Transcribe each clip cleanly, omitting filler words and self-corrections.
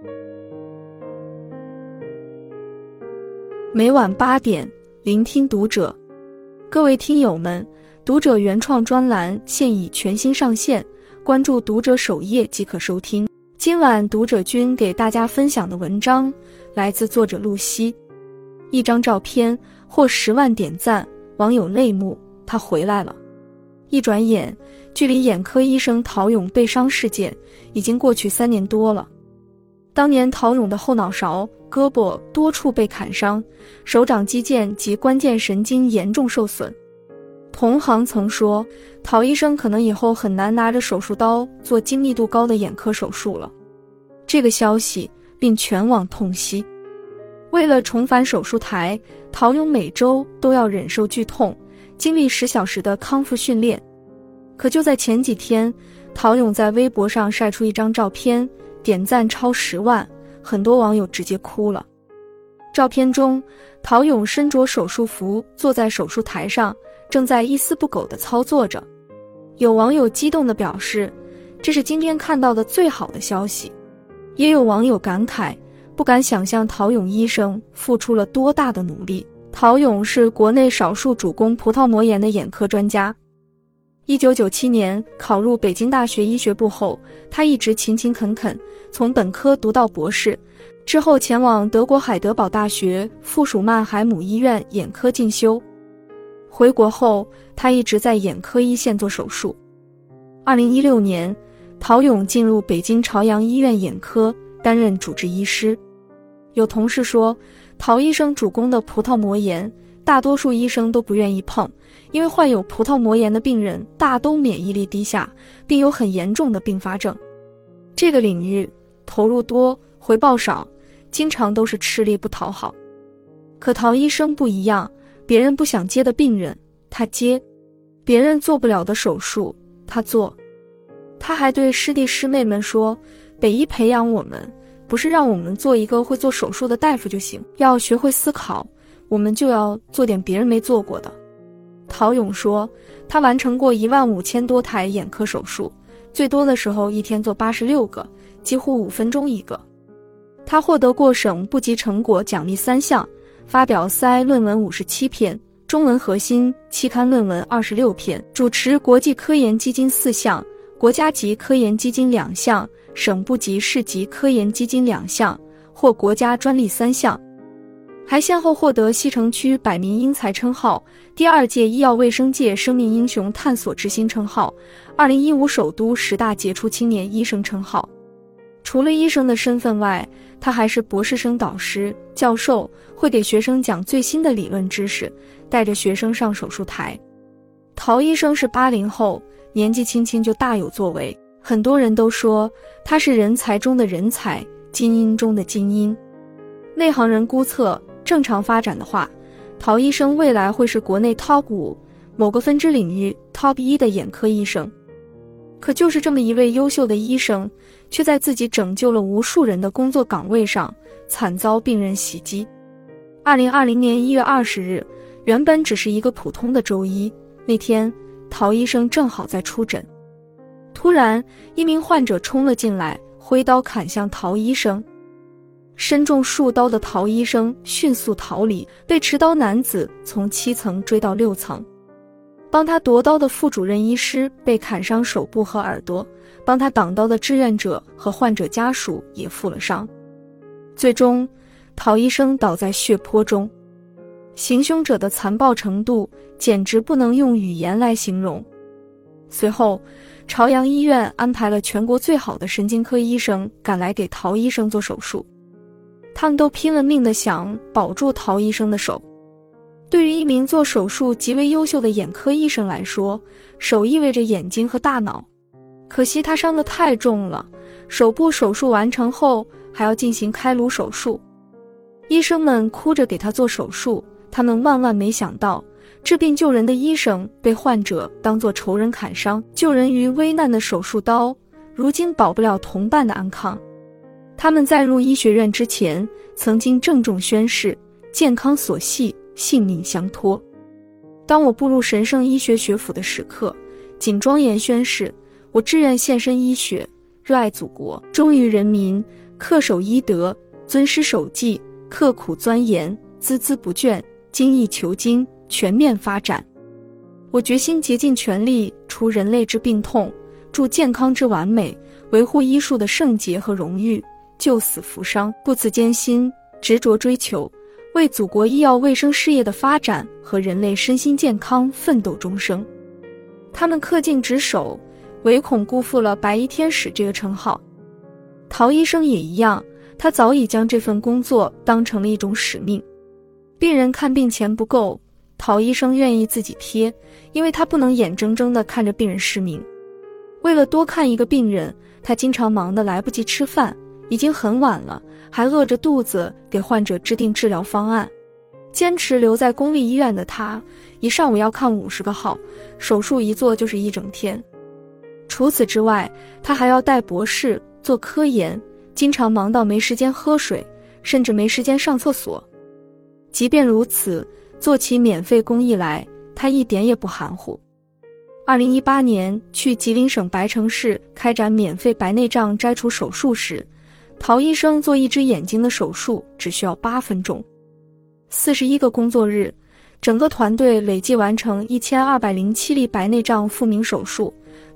每晚8点，聆听读者。各位听友们，读者原创专栏现已全新上线，关注读者首页即可收听。今晚读者君给大家分享的文章来自作者露西。一张照片获10万点赞，网友泪目，他回来了。一转眼，距离眼科医生陶勇被伤事件已经过去3年多了。当年陶勇的后脑勺、胳膊多处被砍伤，手掌肌腱及关键神经严重受损。同行曾说，陶医生可能以后很难拿着手术刀做精密度高的眼科手术了。这个消息令全网痛惜。为了重返手术台，陶勇每周都要忍受剧痛，经历10小时的康复训练。可就在前几天，陶勇在微博上晒出一张照片，点赞超10万，很多网友直接哭了。照片中，陶勇身着手术服，坐在手术台上，正在一丝不苟地操作着。有网友激动地表示，这是今天看到的最好的消息。也有网友感慨，不敢想象陶勇医生付出了多大的努力。陶勇是国内少数主攻葡萄膜炎的眼科专家。1997年考入北京大学医学部后，他一直勤勤恳恳，从本科读到博士，之后前往德国海德堡大学附属曼海姆医院眼科进修。回国后，他一直在眼科一线做手术。2016年，陶勇进入北京朝阳医院眼科，担任主治医师。有同事说，陶医生主攻的葡萄膜炎，大多数医生都不愿意碰，因为患有葡萄膜炎的病人大都免疫力低下，并有很严重的并发症。这个领域投入多，回报少，经常都是吃力不讨好。可陶医生不一样，别人不想接的病人，他接；别人做不了的手术，他做。他还对师弟师妹们说，北医培养我们，不是让我们做一个会做手术的大夫就行，要学会思考，我们就要做点别人没做过的。陶勇说，他完成过15000多台眼科手术，最多的时候一天做86个，几乎5分钟一个。他获得过省部级成果奖励3项，发表SCI论文57篇，中文核心期刊论文26篇，主持国际科研基金4项，国家级科研基金2项，省部级市级科研基金2项，获国家专利3项。还先后获得西城区百名英才称号，第2届医药卫生界生命英雄探索之星称号，2015首都10大杰出青年医生称号。除了医生的身份外，他还是博士生导师、教授，会给学生讲最新的理论知识，带着学生上手术台。陶医生是80后，年纪轻轻就大有作为，很多人都说他是人才中的人才，精英中的精英。内行人估测，正常发展的话，陶医生未来会是国内 Top 5，某个分支领域 Top 1的眼科医生。可就是这么一位优秀的医生，却在自己拯救了无数人的工作岗位上惨遭病人袭击。2020年1月20日，原本只是一个普通的周一，那天陶医生正好在出诊，突然一名患者冲了进来，挥刀砍向陶医生。身中数刀的陶医生迅速逃离，被持刀男子从7层追到6层。帮他夺刀的副主任医师被砍伤手部和耳朵，帮他挡刀的志愿者和患者家属也负了伤。最终，陶医生倒在血泊中。行凶者的残暴程度简直不能用语言来形容。随后，朝阳医院安排了全国最好的神经科医生赶来给陶医生做手术，他们都拼了命地想保住陶医生的手。对于一名做手术极为优秀的眼科医生来说，手意味着眼睛和大脑。可惜他伤得太重了，手部手术完成后还要进行开颅手术。医生们哭着给他做手术，他们万万没想到，治病救人的医生被患者当作仇人砍伤，救人于危难的手术刀，如今保不了同伴的安康。他们在入医学院之前，曾经郑重宣誓，健康所系，性命相托。当我步入神圣医学学府的时刻，谨庄严宣誓，我志愿献身医学，热爱祖国，忠于人民， 恪守医德，遵师守纪，刻苦钻研，孜孜不倦，精益求精，全面发展。我决心竭尽全力除人类之病痛，助健康之完美，维护医术的圣洁和荣誉，救死扶伤，不辞艰辛，执着追求，为祖国医药卫生事业的发展和人类身心健康奋斗终生。他们恪尽职守，唯恐辜负了白衣天使这个称号。陶医生也一样，他早已将这份工作当成了一种使命。病人看病钱不够，陶医生愿意自己贴，因为他不能眼睁睁地看着病人失明。为了多看一个病人，他经常忙得来不及吃饭，已经很晚了，还饿着肚子给患者制定治疗方案。坚持留在公立医院的他，一上午要看50个号，手术一做就是一整天。除此之外，他还要带博士，做科研，经常忙到没时间喝水，甚至没时间上厕所。即便如此，做起免费公益来，他一点也不含糊。2018年去吉林省白城市开展免费白内障摘除手术时，陶医生做一只眼睛的手术只需要8分钟。41个工作日，整个团队累计完成1207例白内障复明手术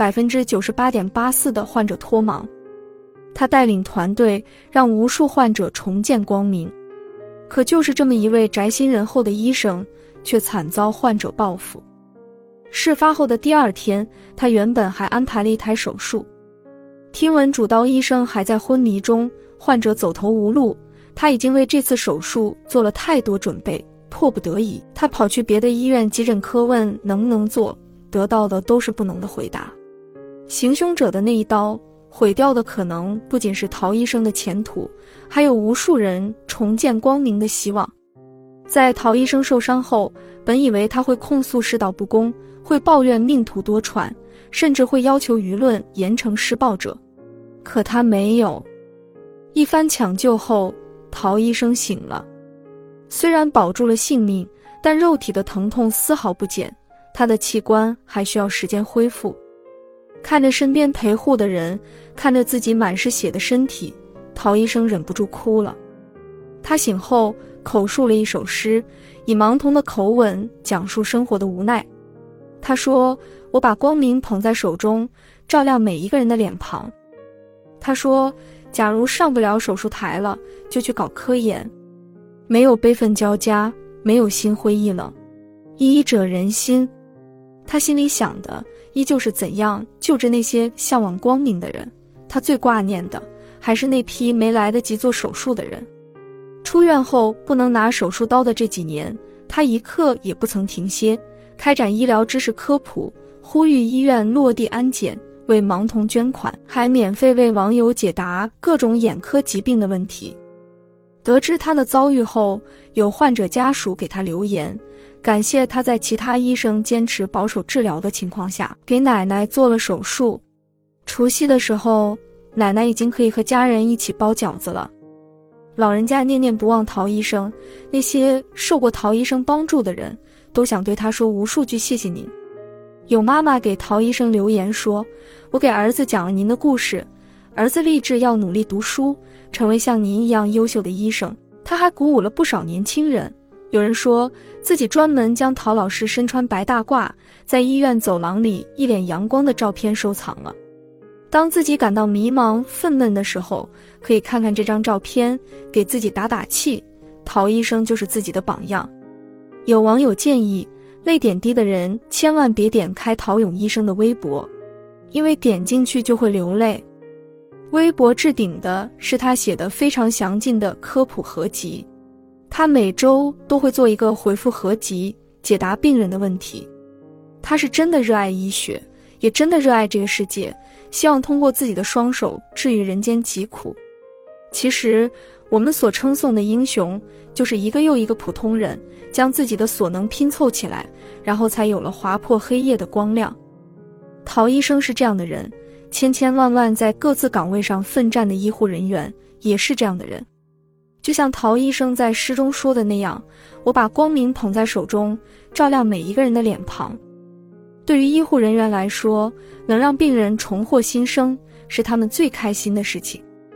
，98.84%的患者脱盲。他带领团队让无数患者重见光明。可就是这么一位宅心仁厚的医生，却惨遭患者报复。事发后的第2天，他原本还安排了一台手术。听闻主刀医生还在昏迷中，患者走投无路，他已经为这次手术做了太多准备，迫不得已，他跑去别的医院急诊科问能不能做，得到的都是不能的回答。行凶者的那一刀，毁掉的可能不仅是陶医生的前途，还有无数人重见光明的希望。在陶医生受伤后，本以为他会控诉世道不公，会抱怨命途多舛，甚至会要求舆论严惩施暴者。可他没有。一番抢救后，陶医生醒了。虽然保住了性命，但肉体的疼痛丝毫不减，他的器官还需要时间恢复。看着身边陪护的人，看着自己满是血的身体，陶医生忍不住哭了。他醒后口述了一首诗，以盲童的口吻讲述生活的无奈。他说：我把光明捧在手中，照亮每一个人的脸庞。他说，假如上不了手术台了，就去搞科研。没有悲愤交加，没有心灰意冷，医者仁心。他心里想的依旧是怎样救治那些向往光明的人。他最挂念的还是那批没来得及做手术的人。出院后不能拿手术刀的这几年，他一刻也不曾停歇，开展医疗知识科普，呼吁医院落地安检，为盲童捐款，还免费为网友解答各种眼科疾病的问题。得知他的遭遇后，有患者家属给他留言，感谢他在其他医生坚持保守治疗的情况下，给奶奶做了手术。除夕的时候，奶奶已经可以和家人一起包饺子了。老人家念念不忘陶医生，那些受过陶医生帮助的人都想对他说无数句谢谢您。有妈妈给陶医生留言说，我给儿子讲了您的故事，儿子立志要努力读书，成为像您一样优秀的医生。他还鼓舞了不少年轻人。有人说自己专门将陶老师身穿白大褂，在医院走廊里一脸阳光的照片收藏了。当自己感到迷茫愤懑的时候，可以看看这张照片，给自己打打气。陶医生就是自己的榜样。有网友建议，泪点低的人千万别点开陶勇医生的微博，因为点进去就会流泪。微博置顶的是他写的非常详尽的科普合集，他每周都会做一个回复合集，解答病人的问题。他是真的热爱医学，也真的热爱这个世界，希望通过自己的双手治愈人间疾苦。其实我们所称颂的英雄，就是一个又一个普通人将自己的所能拼凑起来，然后才有了划破黑夜的光亮。陶医生是这样的人，千千万万在各自岗位上奋战的医护人员也是这样的人。就像陶医生在诗中说的那样，我把光明捧在手中，照亮每一个人的脸庞。对于医护人员来说，能让病人重获新生，是他们最开心的事情。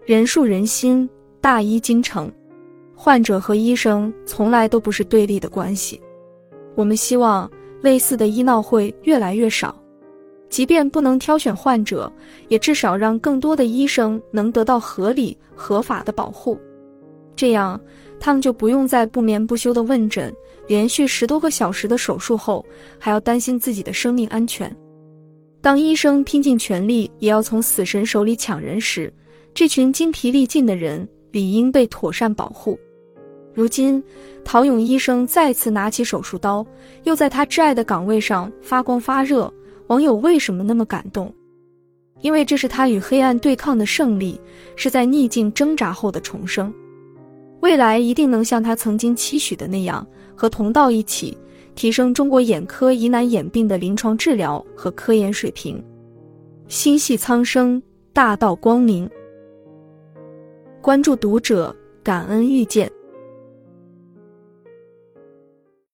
人树人心，大医精诚。患者和医生从来都不是对立的关系。我们希望类似的医闹会越来越少，即便不能挑选患者，也至少让更多的医生能得到合理合法的保护。这样，他们就不用在不眠不休的问诊，连续10多个小时的手术后，还要担心自己的生命安全。当医生拼尽全力也要从死神手里抢人时，这群精疲力尽的人理应被妥善保护。如今，陶勇医生再次拿起手术刀，又在他挚爱的岗位上发光发热。网友为什么那么感动？因为这是他与黑暗对抗的胜利，是在逆境挣扎后的重生。未来一定能像他曾经期许的那样，和同道一起提升中国眼科疑难眼病的临床治疗和科研水平。心系苍生，大道光明。关注读者，感恩遇见。